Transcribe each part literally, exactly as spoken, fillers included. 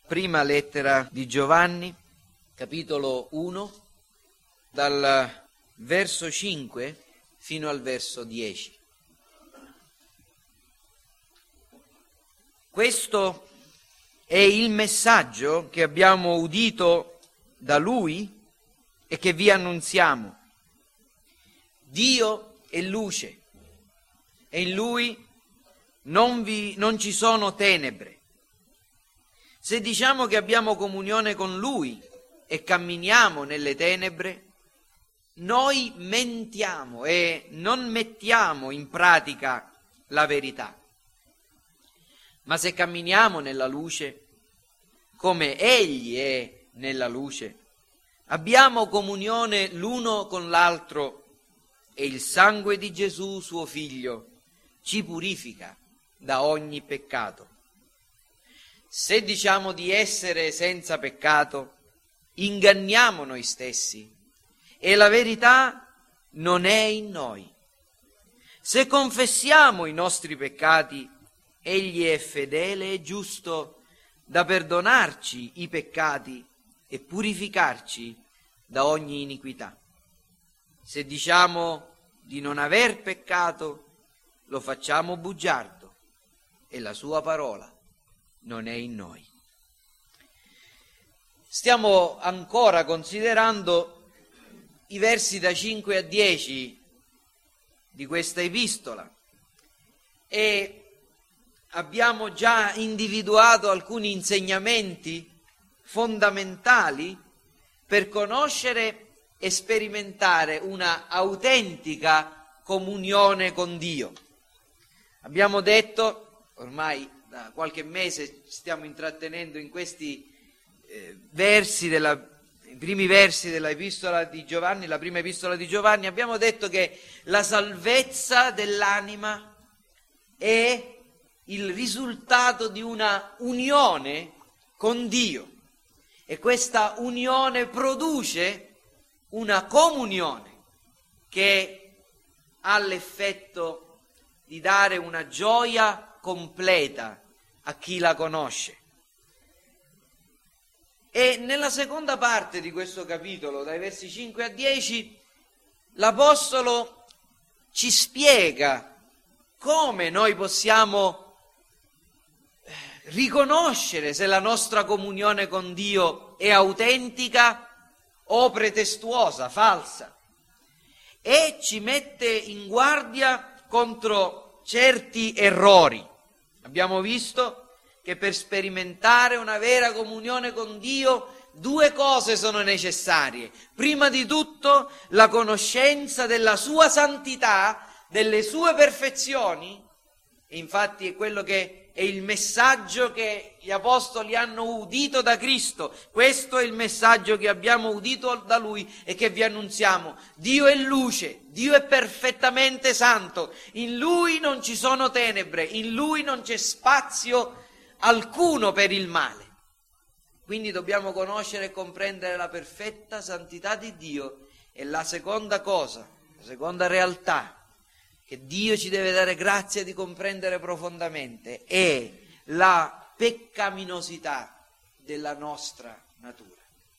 prima lettera di Giovanni, capitolo uno, dal verso cinque fino al verso dieci. Questo è il messaggio che abbiamo udito da Lui e che vi annunziamo. Dio è luce e in Lui non, vi, non ci sono tenebre. Se diciamo che abbiamo comunione con Lui e camminiamo nelle tenebre, noi mentiamo e non mettiamo in pratica la verità. Ma se camminiamo nella luce, come Egli è nella luce, abbiamo comunione l'uno con l'altro e il sangue di Gesù, suo Figlio, ci purifica da ogni peccato. Se diciamo di essere senza peccato, inganniamo noi stessi e la verità non è in noi. Se confessiamo i nostri peccati, Egli è fedele e giusto da perdonarci i peccati e purificarci da ogni iniquità. Se diciamo di non aver peccato, lo facciamo bugiardo e la sua parola non è in noi. Stiamo ancora considerando i versi da cinque a dieci di questa epistola e abbiamo già individuato alcuni insegnamenti fondamentali per conoscere e sperimentare una autentica comunione con Dio. Abbiamo detto, ormai da qualche mese stiamo intrattenendo in questi eh, versi della, i primi versi della epistola di Giovanni, la prima epistola di Giovanni, abbiamo detto che la salvezza dell'anima è il risultato di una unione con Dio e questa unione produce una comunione che ha l'effetto di dare una gioia completa a chi la conosce. E nella seconda parte di questo capitolo, dai versi cinque a dieci, l'Apostolo ci spiega come noi possiamo riconoscere se la nostra comunione con Dio è autentica o pretestuosa, falsa, e ci mette in guardia contro certi errori. Abbiamo visto che per sperimentare una vera comunione con Dio due cose sono necessarie. Prima di tutto la conoscenza della sua santità, delle sue perfezioni, e infatti è quello che è il messaggio che gli apostoli hanno udito da Cristo. Questo è il messaggio che abbiamo udito da Lui e che vi annunziamo. Dio è luce, Dio è perfettamente santo, in Lui non ci sono tenebre, in Lui non c'è spazio alcuno per il male. Quindi dobbiamo conoscere e comprendere la perfetta santità di Dio. E la seconda cosa, la seconda realtà che Dio ci deve dare grazia di comprendere profondamente è la peccaminosità della nostra natura.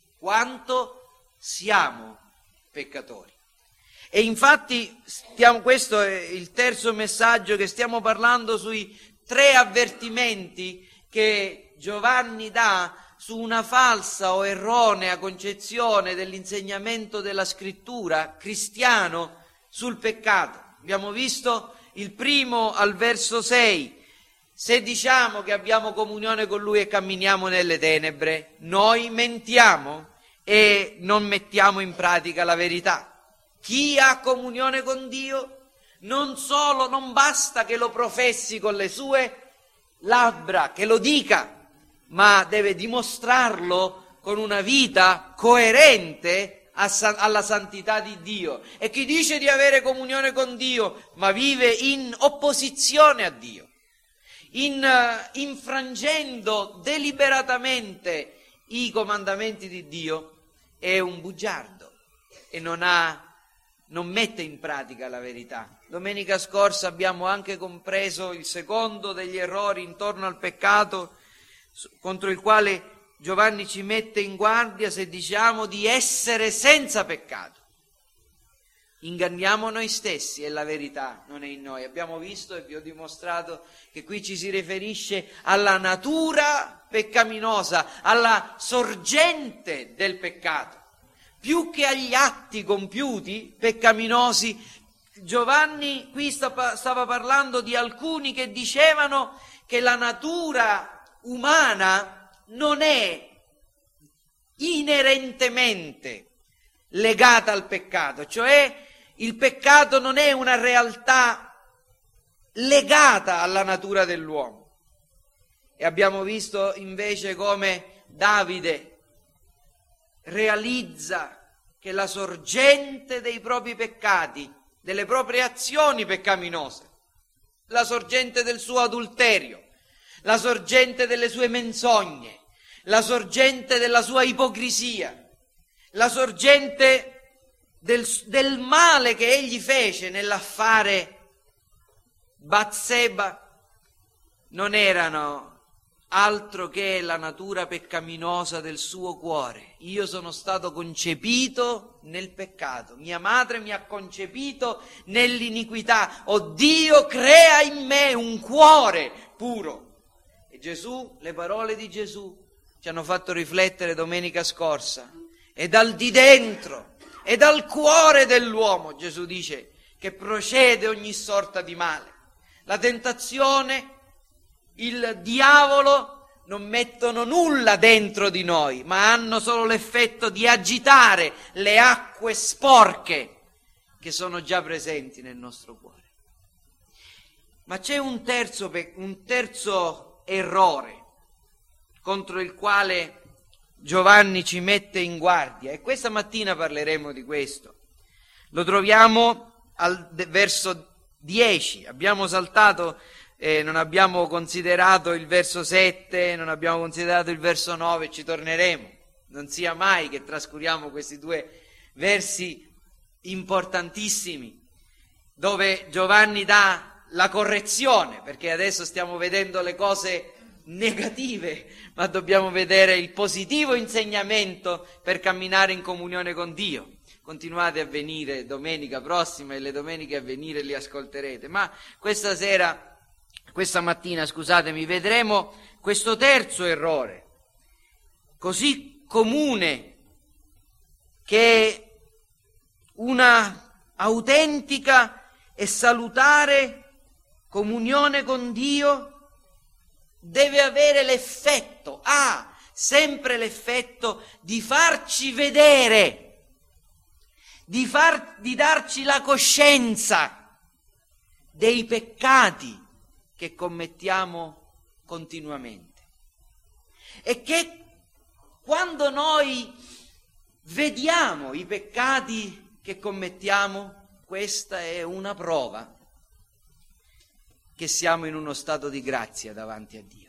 Quanto siamo peccatori. E infatti stiamo, questo è il terzo messaggio che stiamo parlando sui tre avvertimenti che Giovanni dà su una falsa o erronea concezione dell'insegnamento della scrittura cristiano sul peccato. Abbiamo visto il primo al verso sei. Se diciamo che abbiamo comunione con Lui e camminiamo nelle tenebre, noi mentiamo e non mettiamo in pratica la verità. Chi ha comunione con Dio non solo non basta che lo professi con le sue labbra, che lo dica, ma deve dimostrarlo con una vita coerente alla santità di Dio. E chi dice di avere comunione con Dio ma vive in opposizione a Dio, in, uh, infrangendo deliberatamente i comandamenti di Dio, è un bugiardo e non ha non mette in pratica la verità. Domenica scorsa abbiamo anche compreso il secondo degli errori intorno al peccato contro il quale Giovanni ci mette in guardia se diciamo di essere senza peccato. Inganniamo noi stessi e la verità non è in noi. Abbiamo visto e vi ho dimostrato che qui ci si riferisce alla natura peccaminosa, alla sorgente del peccato. Più che agli atti compiuti peccaminosi, Giovanni qui stava parlando di alcuni che dicevano che la natura umana non è inerentemente legata al peccato, cioè il peccato non è una realtà legata alla natura dell'uomo. E abbiamo visto invece come Davide realizza che la sorgente dei propri peccati, delle proprie azioni peccaminose, la sorgente del suo adulterio, la sorgente delle sue menzogne, la sorgente della sua ipocrisia, la sorgente del, del male che egli fece nell'affare Batseba, non erano altro che la natura peccaminosa del suo cuore. Io sono stato concepito nel peccato, mia madre mi ha concepito nell'iniquità, oh Dio crea in me un cuore puro. E Gesù, le parole di Gesù ci hanno fatto riflettere domenica scorsa. E dal di dentro e dal cuore dell'uomo, Gesù dice, che procede ogni sorta di male. La tentazione, il diavolo non mettono nulla dentro di noi, ma hanno solo l'effetto di agitare le acque sporche che sono già presenti nel nostro cuore. Ma c'è un terzo, un terzo errore contro il quale Giovanni ci mette in guardia, e questa mattina parleremo di questo. Lo troviamo al verso dieci, abbiamo saltato, eh, non abbiamo considerato il verso sette, non abbiamo considerato il verso nove, ci torneremo. Non sia mai che trascuriamo questi due versi importantissimi, dove Giovanni dà la correzione, perché adesso stiamo vedendo le cose negative, ma dobbiamo vedere il positivo insegnamento per camminare in comunione con Dio. Continuate a venire domenica prossima e le domeniche a venire li ascolterete, ma questa sera, questa mattina, scusatemi, vedremo questo terzo errore, così comune, che una autentica e salutare comunione con Dio deve avere l'effetto, ha sempre l'effetto di farci vedere, di, far, di darci la coscienza dei peccati che commettiamo continuamente. E che quando noi vediamo i peccati che commettiamo, questa è una prova che siamo in uno stato di grazia davanti a Dio.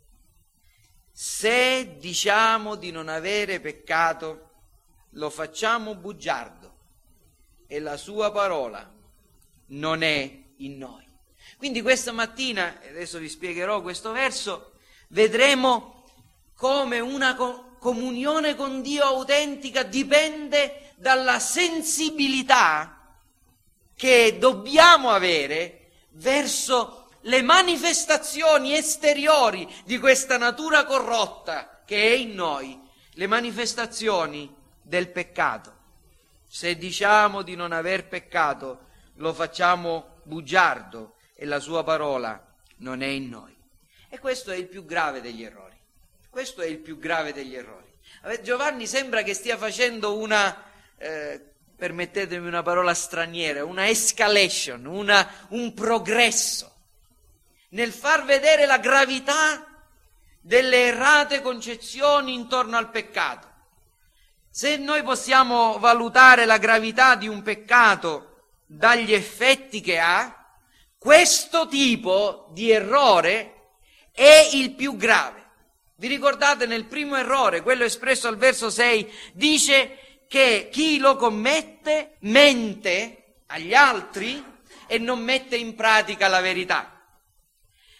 Se diciamo di non avere peccato, lo facciamo bugiardo e la sua parola non è in noi. Quindi questa mattina, adesso vi spiegherò questo verso, vedremo come una co- comunione con Dio autentica dipende dalla sensibilità che dobbiamo avere verso le manifestazioni esteriori di questa natura corrotta che è in noi, le manifestazioni del peccato. Se diciamo di non aver peccato, lo facciamo bugiardo e la sua parola non è in noi. E questo è il più grave degli errori. Questo è il più grave degli errori. Giovanni sembra che stia facendo una, eh, permettetemi una parola straniera, una escalation, una, un progresso nel far vedere la gravità delle errate concezioni intorno al peccato. Se noi possiamo valutare la gravità di un peccato dagli effetti che ha, questo tipo di errore è il più grave. Vi ricordate nel primo errore, quello espresso al verso sei, dice che chi lo commette mente agli altri e non mette in pratica la verità.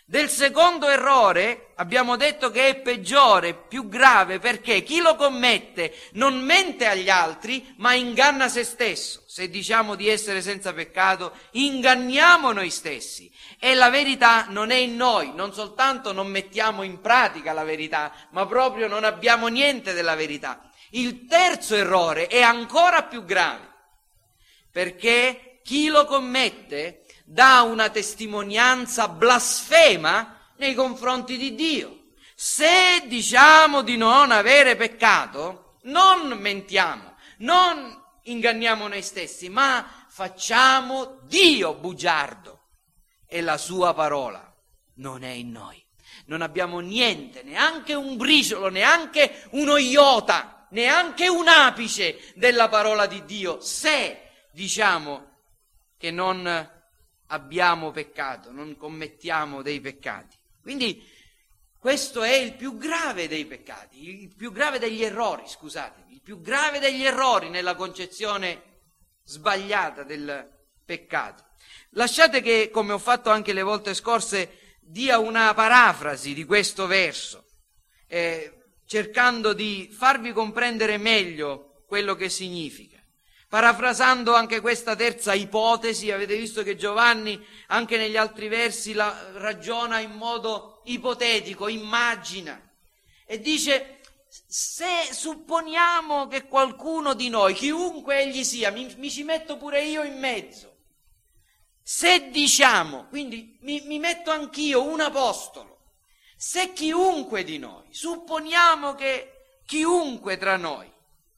Del secondo errore abbiamo detto che è peggiore, più grave, perché chi lo commette non mente agli altri, ma inganna se stesso. Se diciamo di essere senza peccato, inganniamo noi stessi e la verità non è in noi. Non soltanto non mettiamo in pratica la verità, ma proprio non abbiamo niente della verità. Il terzo errore è ancora più grave, perché chi lo commette dà una testimonianza blasfema nei confronti di Dio. Se diciamo di non avere peccato, non mentiamo, non inganniamo noi stessi, ma facciamo Dio bugiardo e la sua parola non è in noi. Non abbiamo niente, neanche un briciolo, neanche uno iota, neanche un apice della parola di Dio, se diciamo che non abbiamo peccato, non commettiamo dei peccati. Quindi questo è il più grave dei peccati, il più grave degli errori, scusatemi, il più grave degli errori nella concezione sbagliata del peccato. Lasciate che, come ho fatto anche le volte scorse, dia una parafrasi di questo verso, eh, cercando di farvi comprendere meglio quello che significa. Parafrasando anche questa terza ipotesi, avete visto che Giovanni anche negli altri versi la ragiona in modo ipotetico, immagina, e dice: se supponiamo che qualcuno di noi, chiunque egli sia, mi, mi ci metto pure io in mezzo, se diciamo, quindi mi, mi metto anch'io un apostolo, se chiunque di noi, supponiamo che chiunque tra noi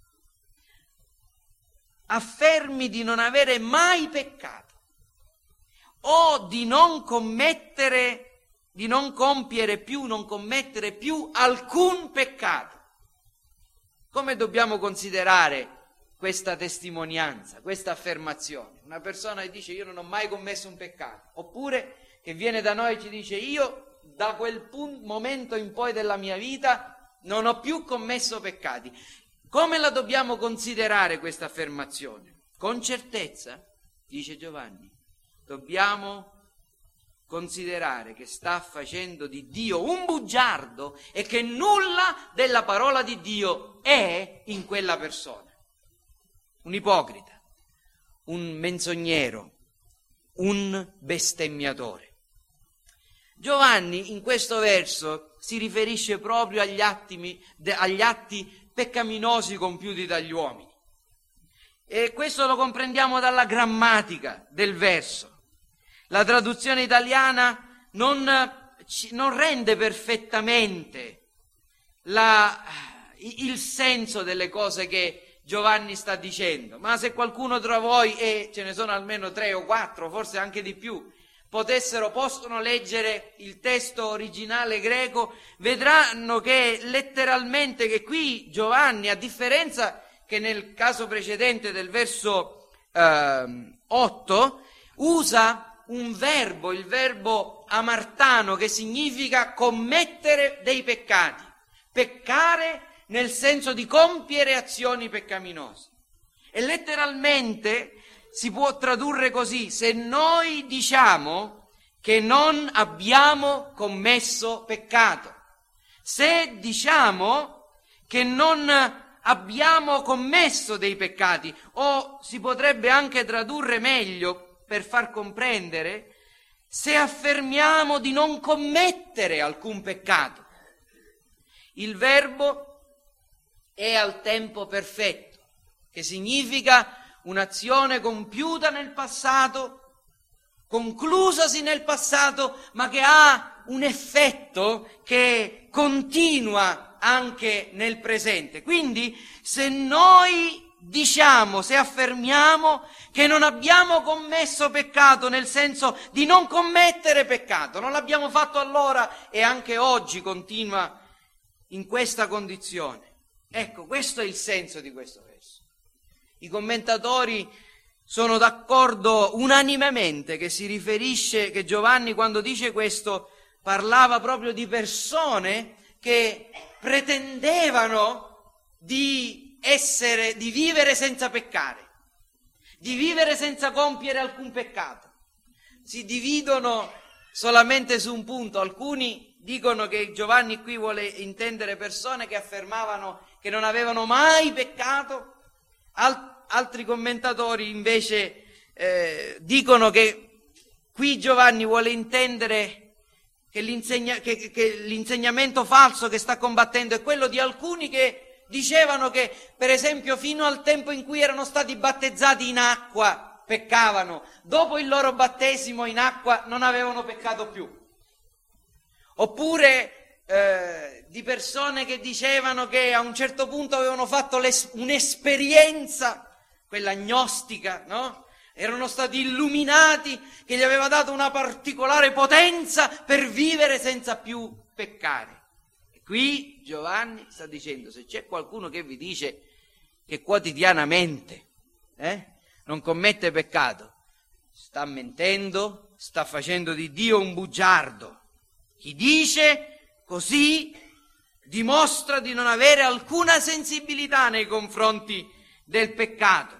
affermi di non avere mai peccato o di non commettere, di non compiere più, non commettere più alcun peccato, come dobbiamo considerare questa testimonianza, questa affermazione? Una persona che dice: io non ho mai commesso un peccato, oppure che viene da noi e ci dice: io da quel punto, momento in poi della mia vita non ho più commesso peccati. Come la dobbiamo considerare questa affermazione? Con certezza, dice Giovanni, dobbiamo considerare che sta facendo di Dio un bugiardo e che nulla della parola di Dio è in quella persona. Un ipocrita, un menzognero, un bestemmiatore. Giovanni in questo verso si riferisce proprio agli atti, agli atti peccaminosi compiuti dagli uomini, e questo lo comprendiamo dalla grammatica del verso. La traduzione italiana non, non rende perfettamente la, il senso delle cose che Giovanni sta dicendo, ma se qualcuno tra voi, e ce ne sono almeno tre o quattro, forse anche di più, potessero, possono leggere il testo originale greco, vedranno che letteralmente che qui Giovanni, a differenza che nel caso precedente del verso eh, otto, usa un verbo, il verbo amartano, che significa commettere dei peccati, peccare nel senso di compiere azioni peccaminose. E letteralmente si può tradurre così: se noi diciamo che non abbiamo commesso peccato, se diciamo che non abbiamo commesso dei peccati, o si potrebbe anche tradurre meglio per far comprendere, se affermiamo di non commettere alcun peccato. Il verbo è al tempo perfetto, che significa un'azione compiuta nel passato, conclusasi nel passato, ma che ha un effetto che continua anche nel presente. Quindi, se noi diciamo, se affermiamo che non abbiamo commesso peccato, nel senso di non commettere peccato, non l'abbiamo fatto allora e anche oggi continua in questa condizione. Ecco, questo è il senso di questo verso. I commentatori sono d'accordo unanimemente che si riferisce, che Giovanni, quando dice questo, parlava proprio di persone che pretendevano di essere, di vivere senza peccare, di vivere senza compiere alcun peccato. Si dividono solamente su un punto. Alcuni dicono che Giovanni qui vuole intendere persone che affermavano che non avevano mai peccato, Al- altri commentatori invece eh, dicono che qui Giovanni vuole intendere che, l'insegna- che, che l'insegnamento falso che sta combattendo è quello di alcuni che dicevano che, per esempio, fino al tempo in cui erano stati battezzati in acqua peccavano, dopo il loro battesimo in acqua non avevano peccato più. Oppure eh, di persone che dicevano che a un certo punto avevano fatto un'esperienza, quella gnostica, no? Erano stati illuminati, che gli aveva dato una particolare potenza per vivere senza più peccare. E qui Giovanni sta dicendo: se c'è qualcuno che vi dice che quotidianamente eh, non commette peccato, sta mentendo, sta facendo di Dio un bugiardo. Chi dice così dimostra di non avere alcuna sensibilità nei confronti del peccato.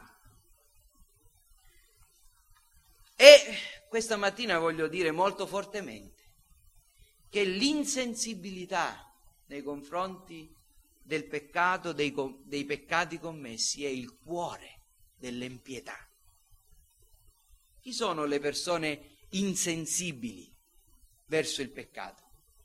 E questa mattina voglio dire molto fortemente che l'insensibilità nei confronti del peccato, dei, dei peccati commessi, è il cuore dell'impietà. Chi sono le persone insensibili verso il peccato?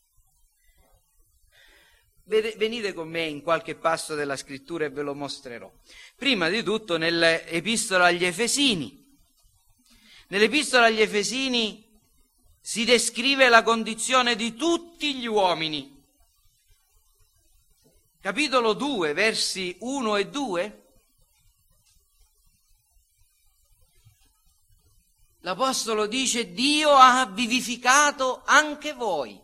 Venite con me in qualche passo della scrittura e ve lo mostrerò. Prima di tutto nell'Epistola agli Efesini. Nell'Epistola agli Efesini si descrive la condizione di tutti gli uomini. Capitolo due, versi uno e due. L'Apostolo dice: Dio ha vivificato anche voi,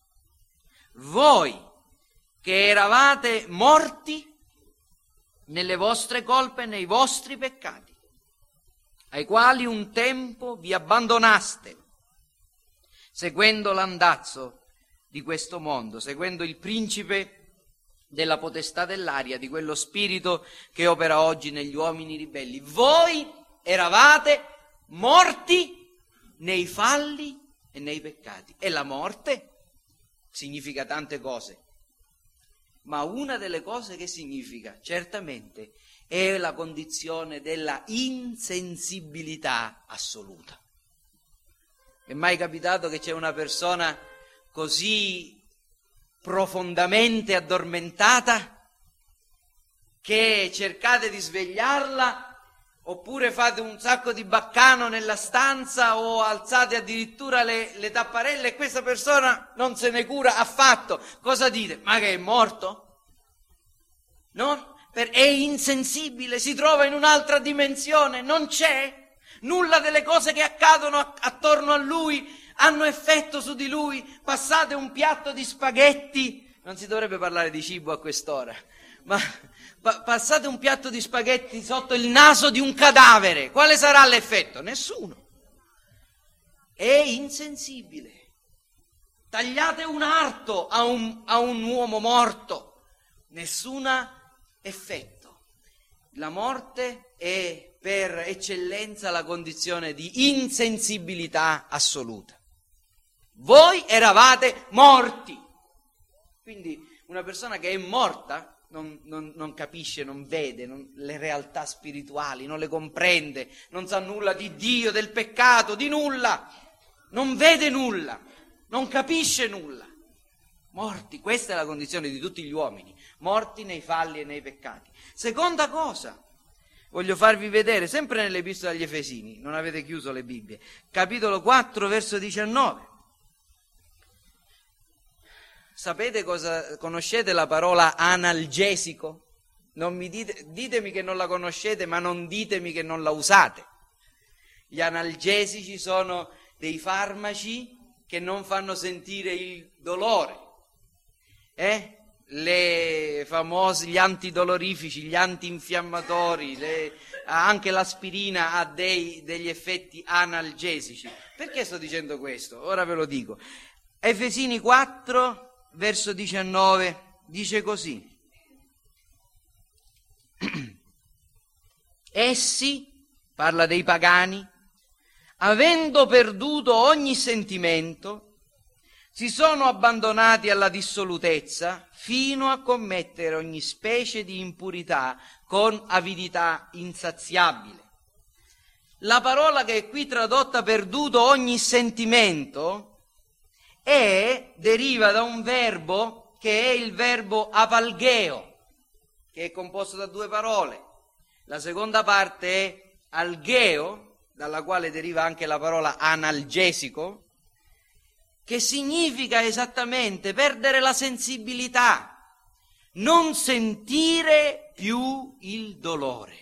voi che eravate morti nelle vostre colpe e nei vostri peccati, ai quali un tempo vi abbandonaste, seguendo l'andazzo di questo mondo, seguendo il principe della potestà dell'aria, di quello spirito che opera oggi negli uomini ribelli. Voi eravate morti nei falli e nei peccati. E la morte significa tante cose, ma una delle cose che significa certamente è la condizione della insensibilità assoluta. È mai capitato che c'è una persona così profondamente addormentata che cercate di svegliarla, oppure fate un sacco di baccano nella stanza o alzate addirittura le, le tapparelle e questa persona non se ne cura affatto? Cosa dite? Ma che è morto? No? Per, è insensibile, si trova in un'altra dimensione, non c'è. Nulla delle cose che accadono attorno a lui hanno effetto su di lui. Passate un piatto di spaghetti, non si dovrebbe parlare di cibo a quest'ora, ma pa- passate un piatto di spaghetti sotto il naso di un cadavere, quale sarà l'effetto? Nessuno. È insensibile. Tagliate un arto a un, a un uomo morto, nessun effetto. La morte è per eccellenza la condizione di insensibilità assoluta. Voi eravate morti. Quindi una persona che è morta non, non, non capisce, non vede non, le realtà spirituali, non le comprende, non sa nulla di Dio, del peccato, di nulla. Non vede nulla, non capisce nulla. Morti, questa è la condizione di tutti gli uomini, morti nei falli e nei peccati. Seconda cosa, voglio farvi vedere, sempre nell'Epistola agli Efesini, non avete chiuso le Bibbie, capitolo quattro, verso diciannove. Sapete cosa, conoscete la parola analgesico? Non mi dite, ditemi che non la conoscete, ma non ditemi che non la usate. Gli analgesici sono dei farmaci che non fanno sentire il dolore. Eh? Le famose, gli antidolorifici, gli antinfiammatori, le, anche l'aspirina ha dei, degli effetti analgesici. Perché sto dicendo questo? Ora ve lo dico. Efesini quattro, verso diciannove, dice così: essi, parla dei pagani, avendo perduto ogni sentimento, si sono abbandonati alla dissolutezza fino a commettere ogni specie di impurità con avidità insaziabile. La parola che è qui tradotta perduto ogni sentimento è, deriva da un verbo che è il verbo apalgeo, che è composto da due parole. La seconda parte è algeo, dalla quale deriva anche la parola analgesico, che significa esattamente perdere la sensibilità, non sentire più il dolore.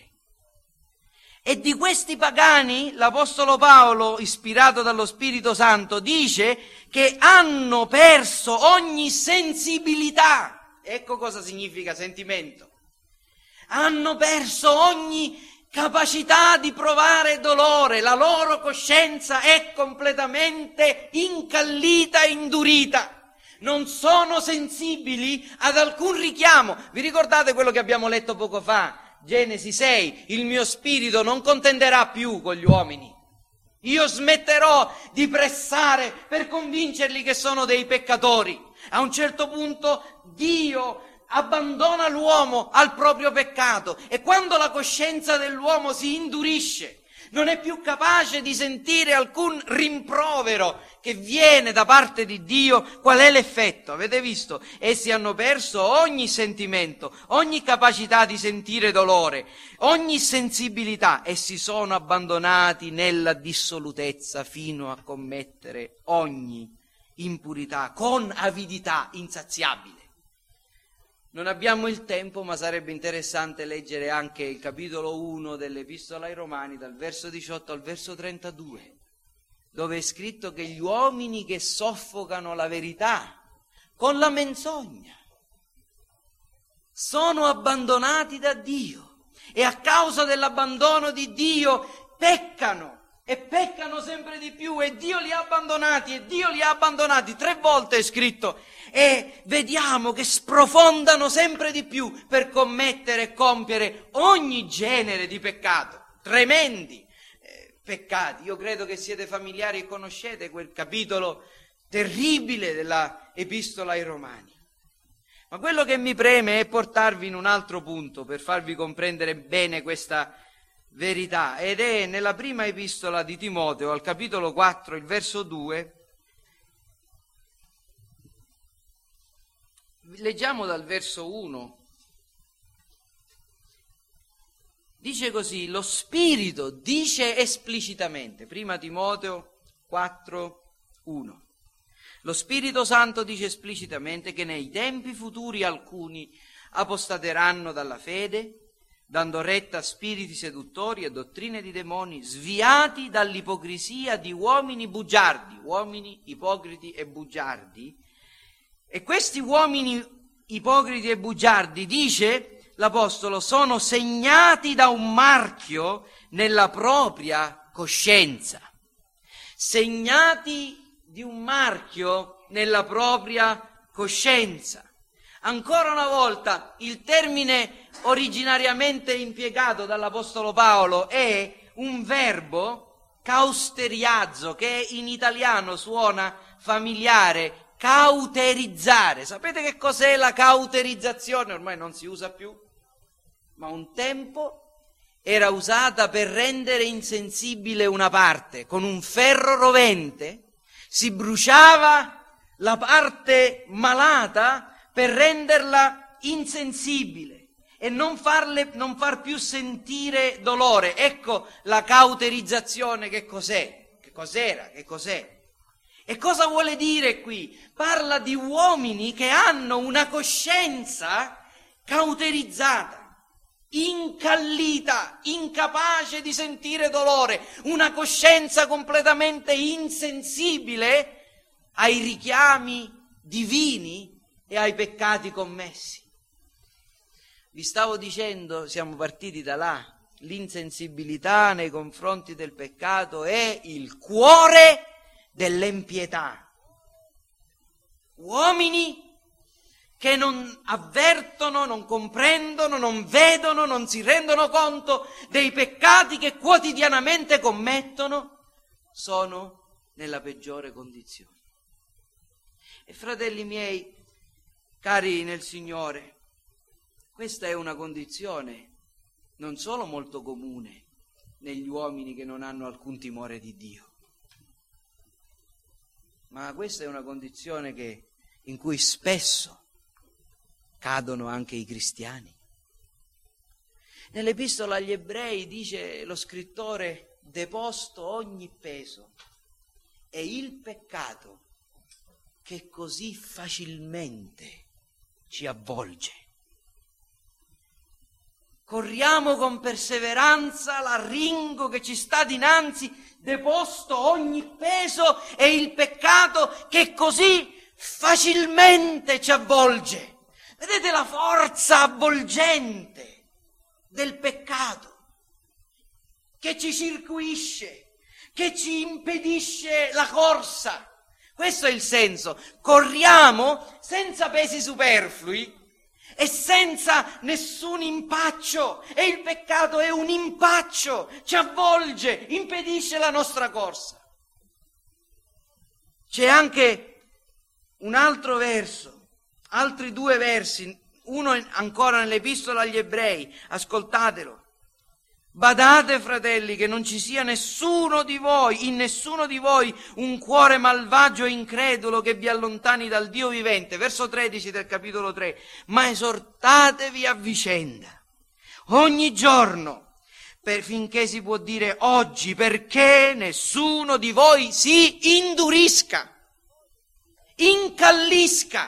E di questi pagani l'Apostolo Paolo, ispirato dallo Spirito Santo, dice che hanno perso ogni sensibilità. Ecco cosa significa sentimento. Hanno perso ogni capacità di provare dolore, la loro coscienza è completamente incallita e indurita. Non sono sensibili ad alcun richiamo. Vi ricordate quello che abbiamo letto poco fa? Genesi sei, il mio spirito non contenderà più con gli uomini. Io smetterò di pressare per convincerli che sono dei peccatori. A un certo punto Dio abbandona l'uomo al proprio peccato e quando la coscienza dell'uomo si indurisce, non è più capace di sentire alcun rimprovero che viene da parte di Dio, qual è l'effetto? Avete visto? Essi hanno perso ogni sentimento, ogni capacità di sentire dolore, ogni sensibilità e si sono abbandonati nella dissolutezza fino a commettere ogni impurità con avidità insaziabile. Non abbiamo il tempo, ma sarebbe interessante leggere anche il capitolo uno dell'Epistola ai Romani, dal verso diciotto al verso trentadue, dove è scritto che gli uomini che soffocano la verità con la menzogna sono abbandonati da Dio e a causa dell'abbandono di Dio peccano. E peccano sempre di più e Dio li ha abbandonati e Dio li ha abbandonati, tre volte è scritto, e vediamo che sprofondano sempre di più per commettere e compiere ogni genere di peccato, tremendi eh, peccati. Io credo che siete familiari e conoscete quel capitolo terribile della Epistola ai Romani. Ma quello che mi preme è portarvi in un altro punto per farvi comprendere bene questa verità, ed è nella prima epistola di Timoteo, al capitolo quattro, il verso due. Leggiamo dal verso uno. Dice così: lo Spirito dice esplicitamente, prima Timoteo quattro, uno. Lo Spirito Santo dice esplicitamente che nei tempi futuri alcuni apostateranno dalla fede, dando retta a spiriti seduttori e dottrine di demoni, sviati dall'ipocrisia di uomini bugiardi, uomini ipocriti e bugiardi. E questi uomini ipocriti e bugiardi, dice l'Apostolo, sono segnati da un marchio nella propria coscienza. Segnati di un marchio nella propria coscienza. Ancora una volta, il termine originariamente impiegato dall'Apostolo Paolo è un verbo causteriazzo, che in italiano suona familiare, cauterizzare. Sapete che cos'è la cauterizzazione? Ormai non si usa più, ma un tempo era usata per rendere insensibile una parte. Con un ferro rovente si bruciava la parte malata per renderla insensibile e non, farle, non far più sentire dolore. Ecco la cauterizzazione, che cos'è? Che cos'era? Che cos'è? E cosa vuole dire qui? Parla di uomini che hanno una coscienza cauterizzata, incallita, incapace di sentire dolore, una coscienza completamente insensibile ai richiami divini e ai peccati commessi. Vi stavo dicendo, siamo partiti da là, l'insensibilità nei confronti del peccato è il cuore dell'empietà. Uomini che non avvertono, non comprendono, non vedono, non si rendono conto dei peccati che quotidianamente commettono, sono nella peggiore condizione. E fratelli miei, cari nel Signore, questa è una condizione non solo molto comune negli uomini che non hanno alcun timore di Dio, ma questa è una condizione che, in cui spesso cadono anche i cristiani. Nell'Epistola agli Ebrei dice lo scrittore: deposto ogni peso e il peccato che così facilmente ci avvolge. Corriamo con perseveranza l'arringo che ci sta dinanzi, deposto ogni peso e il peccato che così facilmente ci avvolge. Vedete la forza avvolgente del peccato che ci circuisce, che ci impedisce la corsa. Questo è il senso. Corriamo senza pesi superflui e senza nessun impaccio, e il peccato è un impaccio, ci avvolge, impedisce la nostra corsa. C'è anche un altro verso, altri due versi, uno ancora nell'Epistola agli Ebrei, ascoltatelo. Badate, fratelli, che non ci sia nessuno di voi, in nessuno di voi, un cuore malvagio e incredulo che vi allontani dal Dio vivente. Verso tredici del capitolo tre. Ma esortatevi a vicenda, ogni giorno, per, finché si può dire oggi, perché nessuno di voi si indurisca, incallisca,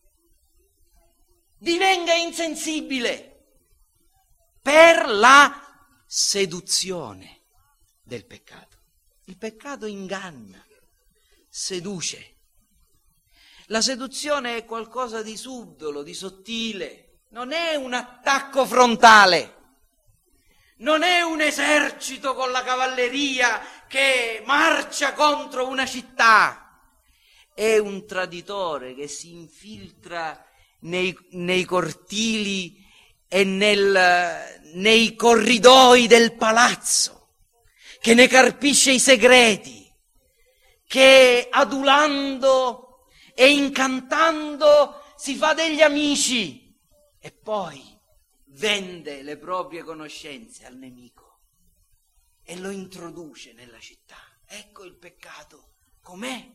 divenga insensibile per la seduzione del peccato. Il peccato inganna, seduce. La seduzione è qualcosa di subdolo, di sottile, non è un attacco frontale, non è un esercito con la cavalleria che marcia contro una città, è un traditore che si infiltra nei, nei cortili e nel, nei corridoi del palazzo, che ne carpisce i segreti, che adulando e incantando si fa degli amici e poi vende le proprie conoscenze al nemico e lo introduce nella città. Ecco il peccato com'è.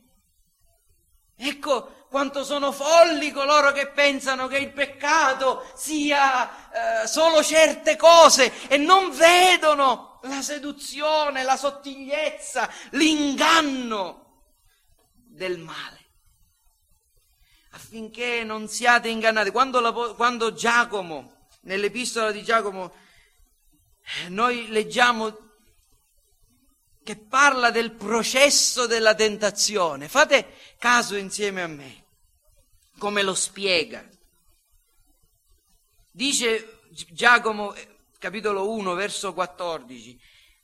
Ecco quanto sono folli coloro che pensano che il peccato sia eh, solo certe cose e non vedono la seduzione, la sottigliezza, l'inganno del male. Affinché non siate ingannati. Quando, la, quando Giacomo, nell'epistola di Giacomo, noi leggiamo che parla del processo della tentazione. Fate caso insieme a me, come lo spiega. Dice Giacomo, capitolo uno, verso quattordici,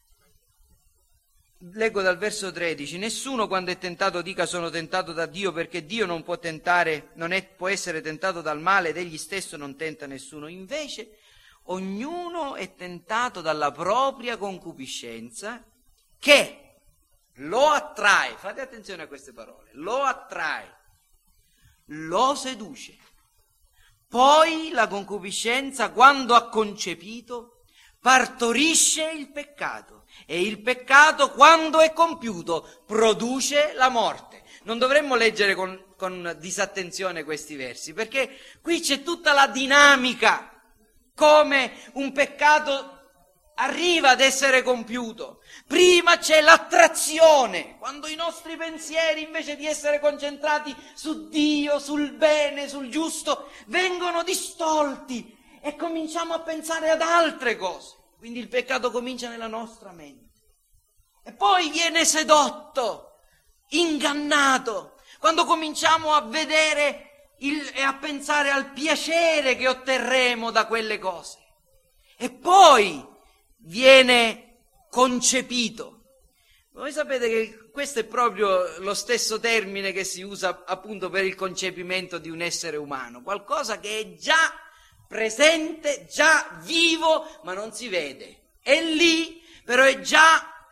leggo dal verso tredici, nessuno quando è tentato dica sono tentato da Dio, perché Dio non può tentare, non è, può essere tentato dal male ed egli stesso non tenta nessuno. Invece ognuno è tentato dalla propria concupiscenza, che lo attrae, fate attenzione a queste parole, lo attrae, lo seduce. Poi la concupiscenza, quando ha concepito, partorisce il peccato, e il peccato, quando è compiuto, produce la morte. Non dovremmo leggere con, con disattenzione questi versi, perché qui c'è tutta la dinamica, come un peccato arriva ad essere compiuto. Prima c'è l'attrazione, quando i nostri pensieri, invece di essere concentrati su Dio, sul bene, sul giusto, vengono distolti e cominciamo a pensare ad altre cose. Quindi il peccato comincia nella nostra mente. E poi viene sedotto, ingannato, quando cominciamo a vedere il, e a pensare al piacere che otterremo da quelle cose. E poi viene concepito. Voi sapete che questo è proprio lo stesso termine che si usa appunto per il concepimento di un essere umano, qualcosa che è già presente, già vivo, ma non si vede. È lì, però è già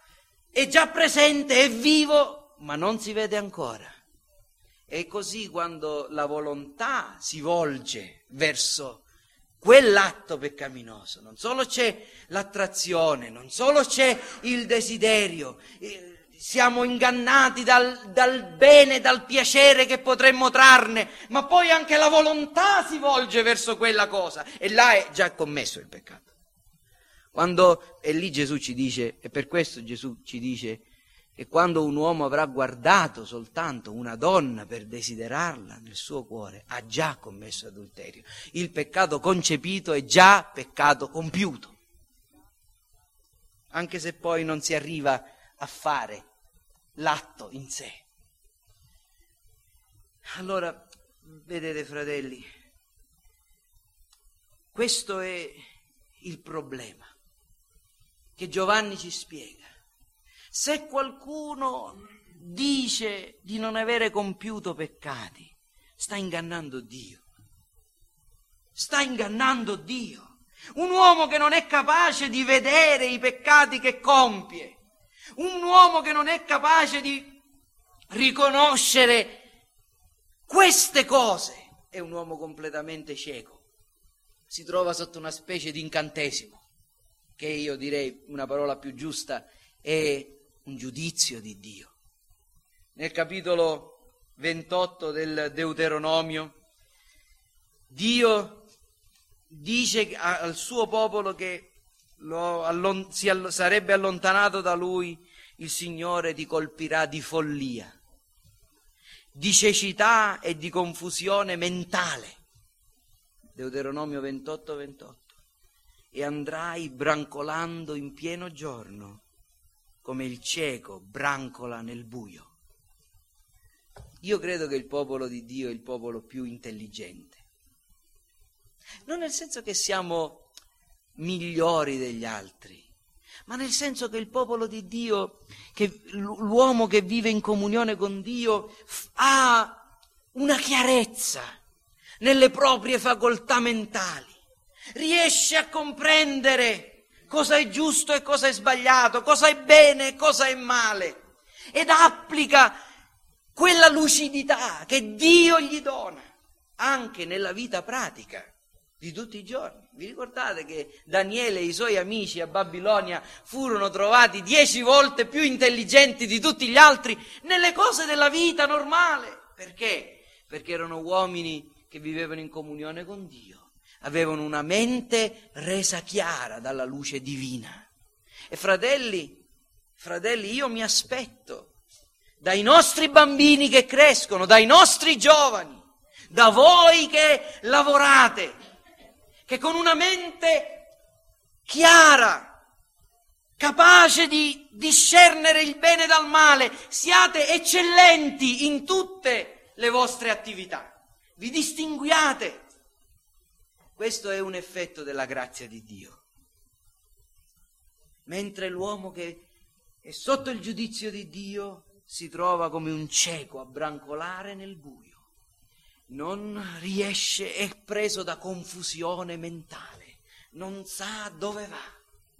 è già presente, è vivo, ma non si vede ancora. E così quando la volontà si volge verso quell'atto peccaminoso, non solo c'è l'attrazione, non solo c'è il desiderio, siamo ingannati dal, dal bene, dal piacere che potremmo trarne, ma poi anche la volontà si volge verso quella cosa e là è già commesso il peccato. Quando, e lì Gesù ci dice, e per questo Gesù ci dice che quando un uomo avrà guardato soltanto una donna per desiderarla nel suo cuore, ha già commesso adulterio. Il peccato concepito è già peccato compiuto, anche se poi non si arriva a fare l'atto in sé. Allora, vedete fratelli, questo è il problema che Giovanni ci spiega. Se qualcuno dice di non avere compiuto peccati, sta ingannando Dio. Sta ingannando Dio. Un uomo che non è capace di vedere i peccati che compie, un uomo che non è capace di riconoscere queste cose, è un uomo completamente cieco. Si trova sotto una specie di incantesimo, che io direi una parola più giusta è un giudizio di Dio. Nel capitolo ventotto del Deuteronomio, Dio dice al suo popolo che lo allon- si all- sarebbe allontanato da lui, il Signore ti colpirà di follia, di cecità e di confusione mentale. Deuteronomio ventotto ventotto. E andrai brancolando in pieno giorno, come il cieco brancola nel buio. Io credo che il popolo di Dio è il popolo più intelligente. Non nel senso che siamo migliori degli altri, ma nel senso che il popolo di Dio, che l'uomo che vive in comunione con Dio, ha una chiarezza nelle proprie facoltà mentali, riesce a comprendere cosa è giusto e cosa è sbagliato, cosa è bene e cosa è male, ed applica quella lucidità che Dio gli dona anche nella vita pratica di tutti i giorni. Vi ricordate che Daniele e i suoi amici a Babilonia furono trovati dieci volte più intelligenti di tutti gli altri nelle cose della vita normale? Perché? Perché erano uomini che vivevano in comunione con Dio, avevano una mente resa chiara dalla luce divina. E fratelli, fratelli, io mi aspetto dai nostri bambini che crescono, dai nostri giovani, da voi che lavorate, che con una mente chiara, capace di discernere il bene dal male, siate eccellenti in tutte le vostre attività, vi distinguiate. Questo è un effetto della grazia di Dio. Mentre l'uomo che è sotto il giudizio di Dio si trova come un cieco a brancolare nel buio, non riesce, è preso da confusione mentale, non sa dove va.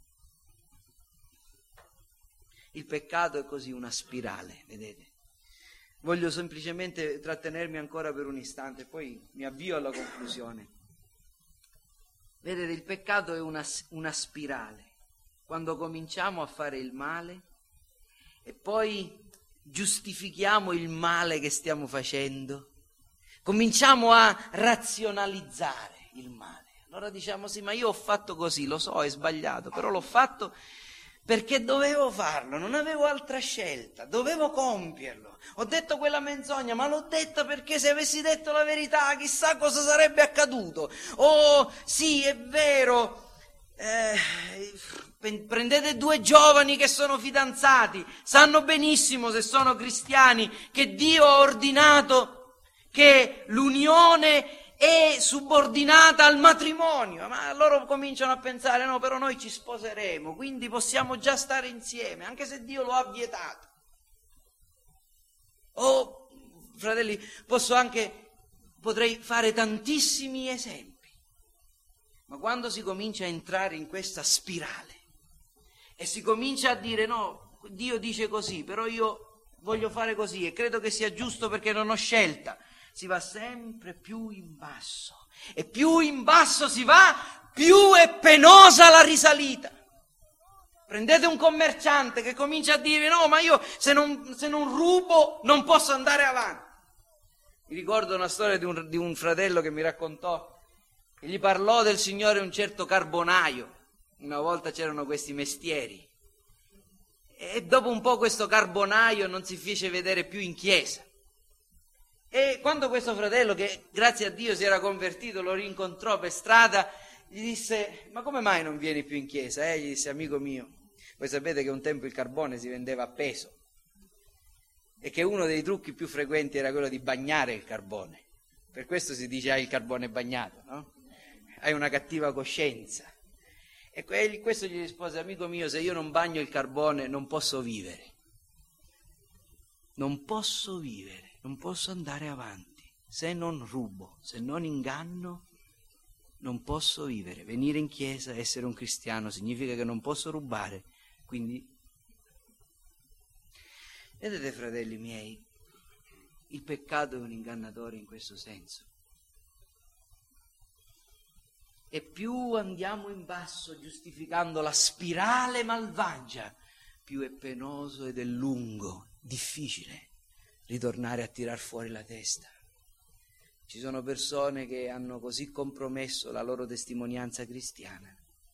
Il peccato è così una spirale, vedete? Voglio semplicemente trattenermi ancora per un istante, poi mi avvio alla conclusione. Vedete, il peccato è una, una spirale. Quando cominciamo a fare il male e poi giustifichiamo il male che stiamo facendo, cominciamo a razionalizzare il male. Allora diciamo sì, ma io ho fatto così, lo so, è sbagliato, però l'ho fatto perché dovevo farlo, non avevo altra scelta, dovevo compierlo. Ho detto quella menzogna, ma l'ho detta perché se avessi detto la verità chissà cosa sarebbe accaduto. Oh sì, è vero, eh, prendete due giovani che sono fidanzati, sanno benissimo, se sono cristiani, che Dio ha ordinato che l'unione è subordinata al matrimonio, ma loro cominciano a pensare no, però noi ci sposeremo, quindi possiamo già stare insieme, anche se Dio lo ha vietato. Oh, fratelli, posso anche, potrei fare tantissimi esempi, ma quando si comincia a entrare in questa spirale e si comincia a dire no, Dio dice così, però io voglio fare così e credo che sia giusto perché non ho scelta. Si va sempre più in basso e più in basso si va, più è penosa la risalita. Prendete un commerciante che comincia a dire no, ma io se non, se non rubo non posso andare avanti. Mi ricordo una storia di un, di un fratello che mi raccontò che gli parlò del Signore un certo carbonaio. Una volta c'erano questi mestieri e dopo un po' questo carbonaio non si fece vedere più in chiesa. E quando questo fratello, che grazie a Dio si era convertito, lo rincontrò per strada, gli disse: ma come mai non vieni più in chiesa? Eh? Gli disse: amico mio, voi sapete che un tempo il carbone si vendeva a peso e che uno dei trucchi più frequenti era quello di bagnare il carbone. Per questo si dice hai il carbone bagnato, no? Hai una cattiva coscienza. E questo gli rispose: amico mio, se io non bagno il carbone non posso vivere. Non posso vivere, non posso andare avanti. Se non rubo, se non inganno, non posso vivere. Venire in chiesa, essere un cristiano, significa che non posso rubare. Quindi, vedete, fratelli miei, il peccato è un ingannatore in questo senso. E più andiamo in basso giustificando la spirale malvagia, più è penoso ed è lungo, difficile ritornare a tirar fuori la testa. Ci sono persone che hanno così compromesso la loro testimonianza cristiana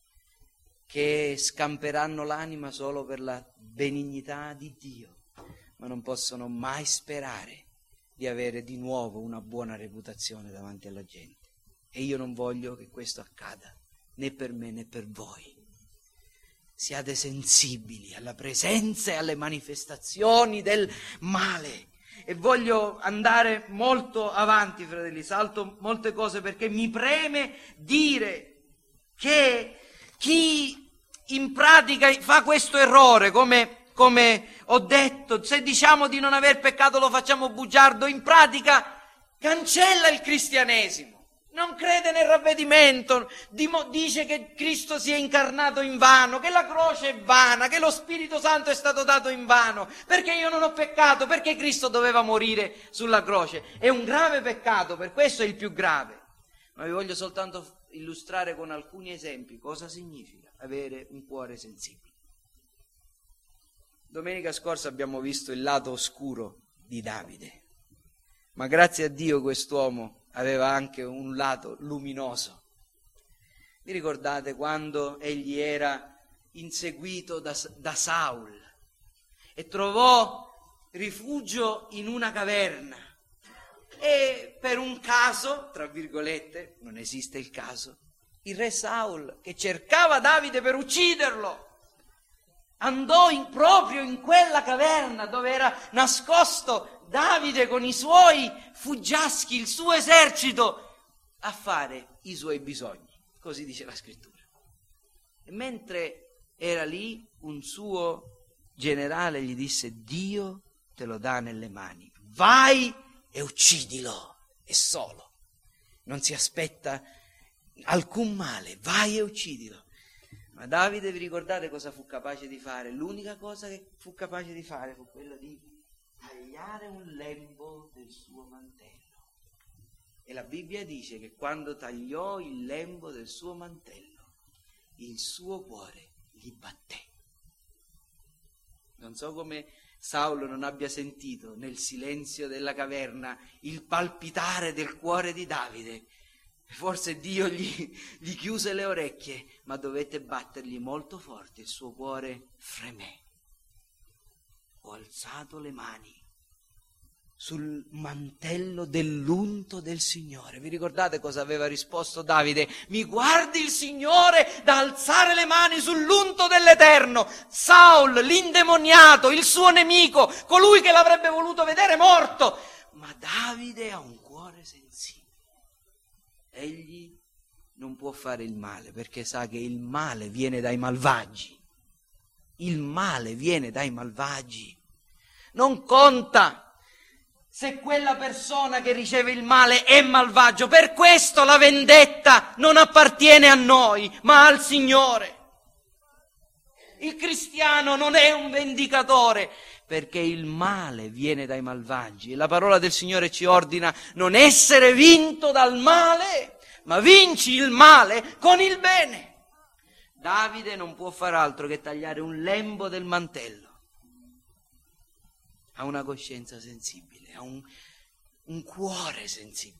che scamperanno l'anima solo per la benignità di Dio, ma non possono mai sperare di avere di nuovo una buona reputazione davanti alla gente. E io non voglio che questo accada, né per me né per voi. Siate sensibili alla presenza e alle manifestazioni del male. E voglio andare molto avanti, fratelli, salto molte cose perché mi preme dire che chi in pratica fa questo errore, come, come ho detto, se diciamo di non aver peccato lo facciamo bugiardo, in pratica cancella il cristianesimo. Non crede nel ravvedimento, dice che Cristo si è incarnato in vano, che la croce è vana, che lo Spirito Santo è stato dato in vano, perché io non ho peccato, perché Cristo doveva morire sulla croce. È un grave peccato, per questo è il più grave. Ma vi voglio soltanto illustrare con alcuni esempi cosa significa avere un cuore sensibile. Domenica scorsa abbiamo visto il lato oscuro di Davide, ma grazie a Dio quest'uomo aveva anche un lato luminoso. Vi ricordate quando egli era inseguito da, da Saul e trovò rifugio in una caverna e per un caso, tra virgolette, non esiste il caso, il re Saul, che cercava Davide per ucciderlo, andò in, proprio in quella caverna dove era nascosto Davide con i suoi fuggiaschi, il suo esercito, a fare i suoi bisogni, così dice la scrittura. E mentre era lì, un suo generale gli disse: Dio te lo dà nelle mani, vai e uccidilo, è solo, non si aspetta alcun male, vai e uccidilo. Ma Davide, vi ricordate cosa fu capace di fare? L'unica cosa che fu capace di fare fu quella di tagliare un lembo del suo mantello. E la Bibbia dice che quando tagliò il lembo del suo mantello, il suo cuore gli batté. Non so come Saulo non abbia sentito nel silenzio della caverna il palpitare del cuore di Davide. Forse Dio gli, gli chiuse le orecchie, ma dovette battergli molto forte, il suo cuore fremé. Ho alzato le mani sul mantello dell'unto del Signore. Vi ricordate cosa aveva risposto Davide? Mi guardi il Signore da alzare le mani sull'unto dell'Eterno. Saul, l'indemoniato, il suo nemico, colui che l'avrebbe voluto vedere morto. Ma Davide ha un cuore sensibile. Egli non può fare il male perché sa che il male viene dai malvagi. Il male viene dai malvagi. Non conta se quella persona che riceve il male è malvagio. Per questo la vendetta non appartiene a noi, ma al Signore. Il cristiano non è un vendicatore, perché il male viene dai malvagi e la parola del Signore ci ordina non essere vinto dal male, ma vinci il male con il bene. Davide non può far altro che tagliare un lembo del mantello. Ha una coscienza sensibile, ha un, un cuore sensibile.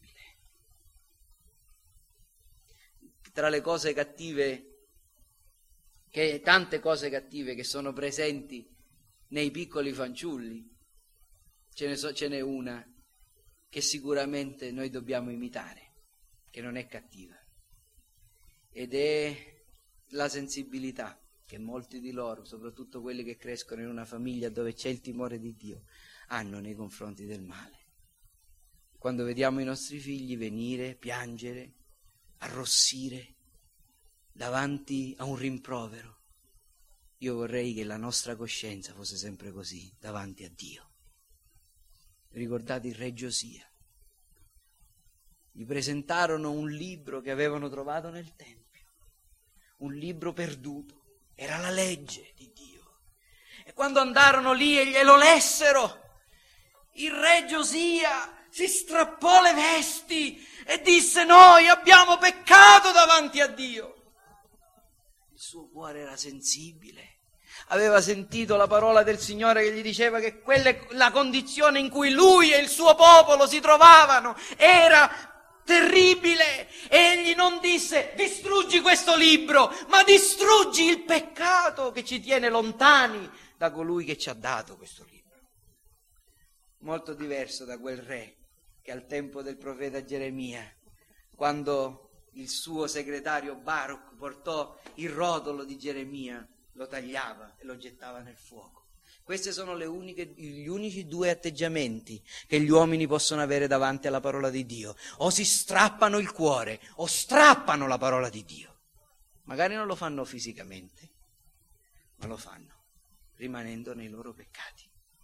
Tra le cose cattive, che tante cose cattive che sono presenti nei piccoli fanciulli, ce ne, so, ce n'è una che sicuramente noi dobbiamo imitare, che non è cattiva, ed è la sensibilità che molti di loro, soprattutto quelli che crescono in una famiglia dove c'è il timore di Dio, hanno nei confronti del male. Quando vediamo i nostri figli venire, piangere, arrossire davanti a un rimprovero, io vorrei che la nostra coscienza fosse sempre così davanti a Dio. Ricordate il re Giosia? Gli presentarono un libro che avevano trovato nel Tempio, un libro perduto, era la legge di Dio. E quando andarono lì e glielo lessero, il re Giosia si strappò le vesti e disse: noi abbiamo peccato davanti a Dio. Il suo cuore era sensibile, aveva sentito la parola del Signore che gli diceva che quella, la condizione in cui lui e il suo popolo si trovavano era terribile, e egli non disse: distruggi questo libro, ma distruggi il peccato che ci tiene lontani da colui che ci ha dato questo libro. Molto diverso da quel re che al tempo del profeta Geremia, quando il suo segretario Baruch portò il rotolo di Geremia, lo tagliava e lo gettava nel fuoco. Questi sono le uniche, gli unici due atteggiamenti che gli uomini possono avere davanti alla parola di Dio: o si strappano il cuore o strappano la parola di Dio. Magari non lo fanno fisicamente, ma lo fanno rimanendo nei loro peccati.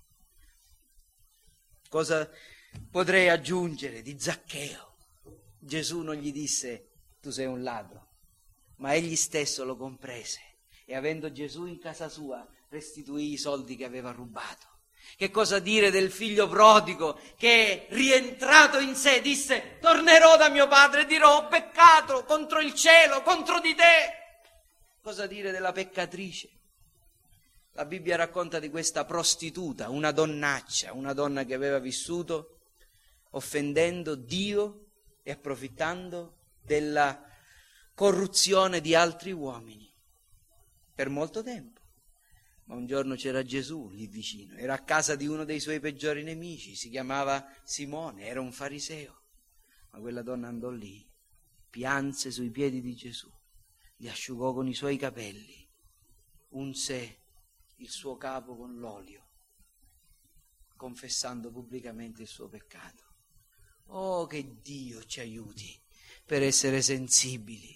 Cosa potrei aggiungere di Zaccheo? Gesù non gli disse: tu sei un ladro, ma egli stesso lo comprese e, avendo Gesù in casa sua, restituì i soldi che aveva rubato. Che cosa dire del figlio prodigo che, rientrato in sé, disse: tornerò da mio padre e dirò: ho peccato contro il cielo, contro di te. Cosa dire della peccatrice? La Bibbia racconta di questa prostituta, una donnaccia, una donna che aveva vissuto offendendo Dio e approfittando della corruzione di altri uomini per molto tempo. Ma un giorno c'era Gesù lì vicino, era a casa di uno dei suoi peggiori nemici, si chiamava Simone, era un fariseo. Ma quella donna andò lì, pianse sui piedi di Gesù, li asciugò con i suoi capelli, unse il suo capo con l'olio, confessando pubblicamente il suo peccato. Oh, che Dio ci aiuti per essere sensibili.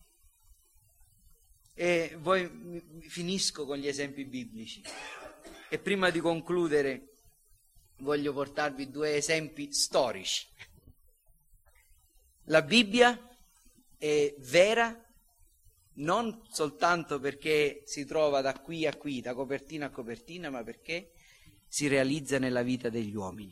E poi finisco con gli esempi biblici, e prima di concludere voglio portarvi due esempi storici. La Bibbia è vera non soltanto perché si trova da qui a qui, da copertina a copertina, ma perché si realizza nella vita degli uomini.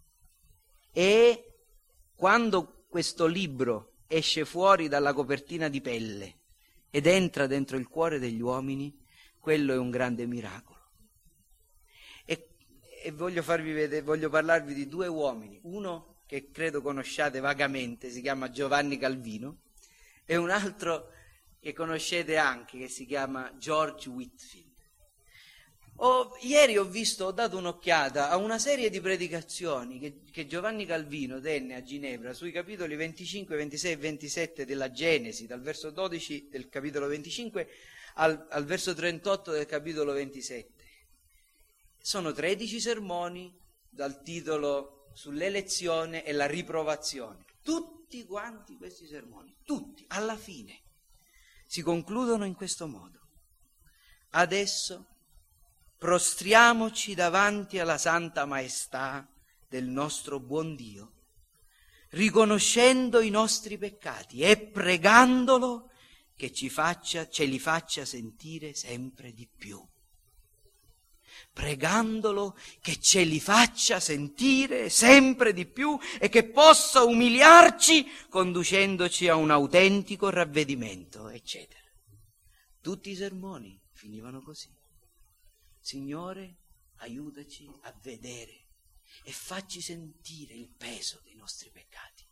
E quando questo libro esce fuori dalla copertina di pelle ed entra dentro il cuore degli uomini, quello è un grande miracolo. E, e voglio farvi vedere, voglio parlarvi di due uomini, uno che credo conosciate vagamente, si chiama Giovanni Calvino, e un altro che conoscete anche, che si chiama George Whitefield. Oh, ieri ho visto, ho dato un'occhiata a una serie di predicazioni che, che Giovanni Calvino tenne a Ginevra sui capitoli venticinque, ventisei e ventisette della Genesi, dal verso dodici del capitolo venticinque al, al verso trentotto del capitolo ventisette. Sono tredici sermoni dal titolo sull'elezione e la riprovazione. Tutti quanti questi sermoni, tutti, alla fine, si concludono in questo modo: adesso prostriamoci davanti alla santa maestà del nostro buon Dio, riconoscendo i nostri peccati e pregandolo che ci faccia, ce li faccia sentire sempre di più. Pregandolo che ce li faccia sentire sempre di più e che possa umiliarci conducendoci a un autentico ravvedimento, eccetera. Tutti i sermoni finivano così. Signore, aiutaci a vedere e facci sentire il peso dei nostri peccati.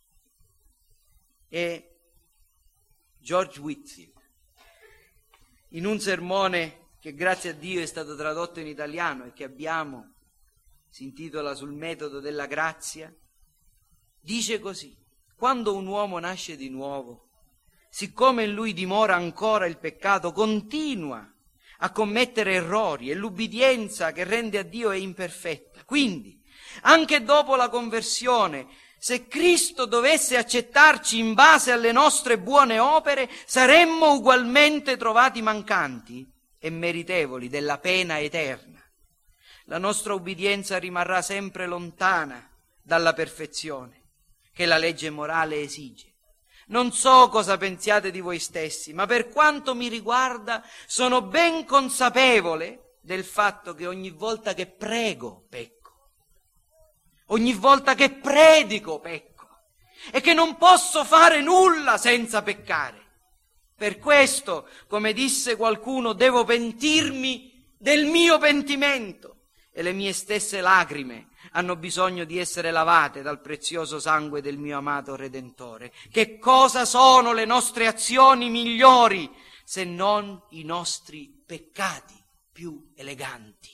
E George Whitefield, in un sermone che grazie a Dio è stato tradotto in italiano e che abbiamo, si intitola Sul metodo della grazia, dice così: quando un uomo nasce di nuovo, siccome in lui dimora ancora il peccato, continua a commettere errori e l'ubbidienza che rende a Dio è imperfetta. Quindi, anche dopo la conversione, se Cristo dovesse accettarci in base alle nostre buone opere, saremmo ugualmente trovati mancanti e meritevoli della pena eterna. La nostra ubbidienza rimarrà sempre lontana dalla perfezione che la legge morale esige. Non so cosa pensiate di voi stessi, ma per quanto mi riguarda sono ben consapevole del fatto che ogni volta che prego pecco, ogni volta che predico pecco e che non posso fare nulla senza peccare. Per questo, come disse qualcuno, devo pentirmi del mio pentimento e le mie stesse lacrime hanno bisogno di essere lavate dal prezioso sangue del mio amato Redentore. Che cosa sono le nostre azioni migliori se non i nostri peccati più eleganti?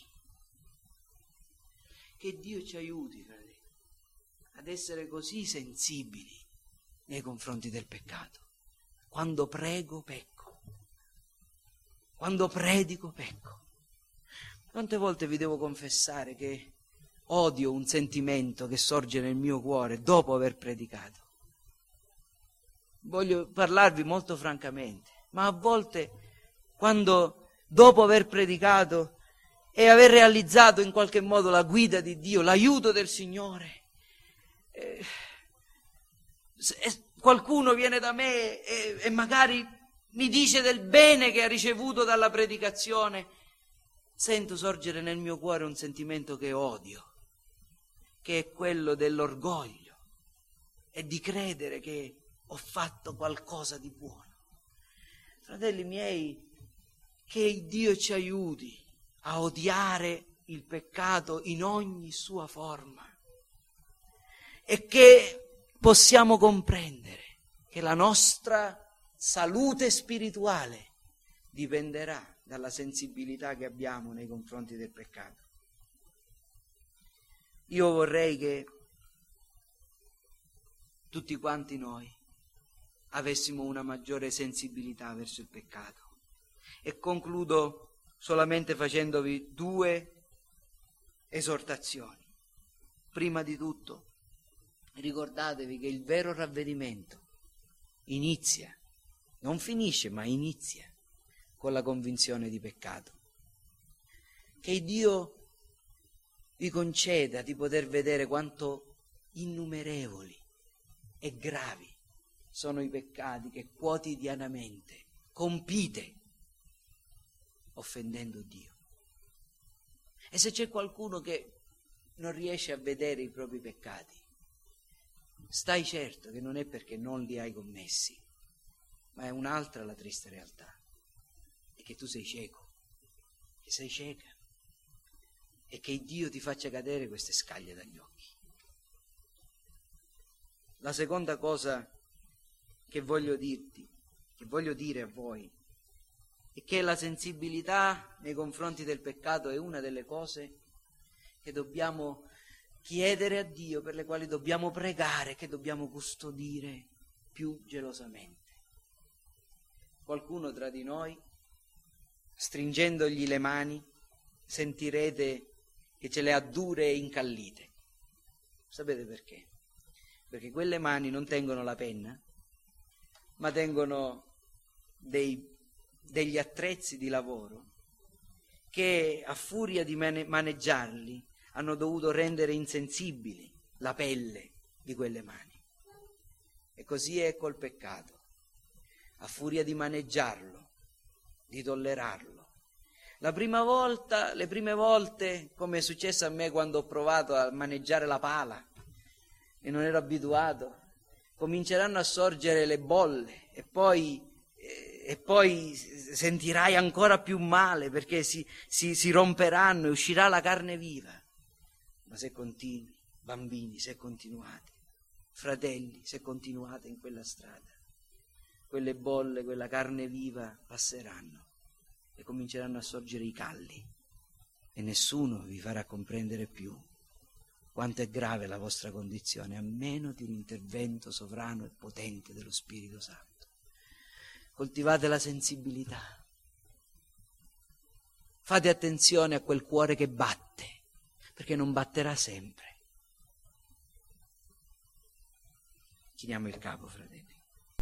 Che Dio ci aiuti, fratelli, ad essere così sensibili nei confronti del peccato. Quando prego, pecco. Quando predico, pecco. Quante volte vi devo confessare che odio un sentimento che sorge nel mio cuore dopo aver predicato? Voglio parlarvi molto francamente, ma a volte, quando dopo aver predicato e aver realizzato in qualche modo la guida di Dio, l'aiuto del Signore, eh, qualcuno viene da me e, e magari mi dice del bene che ha ricevuto dalla predicazione, sento sorgere nel mio cuore un sentimento che odio, che è quello dell'orgoglio e di credere che ho fatto qualcosa di buono. Fratelli miei, che Dio ci aiuti a odiare il peccato in ogni sua forma e che possiamo comprendere che la nostra salute spirituale dipenderà dalla sensibilità che abbiamo nei confronti del peccato. Io vorrei che tutti quanti noi avessimo una maggiore sensibilità verso il peccato. E concludo solamente facendovi due esortazioni. Prima di tutto, ricordatevi che il vero ravvedimento inizia, non finisce, ma inizia con la convinzione di peccato. Che Dio vi conceda di poter vedere quanto innumerevoli e gravi sono i peccati che quotidianamente compite offendendo Dio. E se c'è qualcuno che non riesce a vedere i propri peccati, stai certo che non è perché non li hai commessi, ma è un'altra la triste realtà, è che tu sei cieco, che sei cieca, e che Dio ti faccia cadere queste scaglie dagli occhi. La seconda cosa che voglio dirti, che voglio dire a voi, è che la sensibilità nei confronti del peccato è una delle cose che dobbiamo chiedere a Dio, per le quali dobbiamo pregare, che dobbiamo custodire più gelosamente. Qualcuno tra di noi, stringendogli le mani, sentirete che ce le ha dure e incallite. Sapete perché? Perché quelle mani non tengono la penna, ma tengono dei, degli attrezzi di lavoro che a furia di maneggiarli hanno dovuto rendere insensibili la pelle di quelle mani. E così è col peccato. a furia di maneggiarlo, di tollerarlo. La prima volta, le prime volte, come è successo a me quando ho provato a maneggiare la pala e non ero abituato, cominceranno a sorgere le bolle e poi, eh, e poi sentirai ancora più male perché si, si, si romperanno e uscirà la carne viva. Ma se continui, bambini, se continuate, fratelli, se continuate in quella strada, quelle bolle, quella carne viva passeranno e cominceranno a sorgere i calli e nessuno vi farà comprendere più quanto è grave la vostra condizione, a meno di un intervento sovrano e potente dello Spirito Santo. Coltivate la sensibilità, fate attenzione a quel cuore che batte, perché non batterà sempre. Chiniamo il capo, fratelli.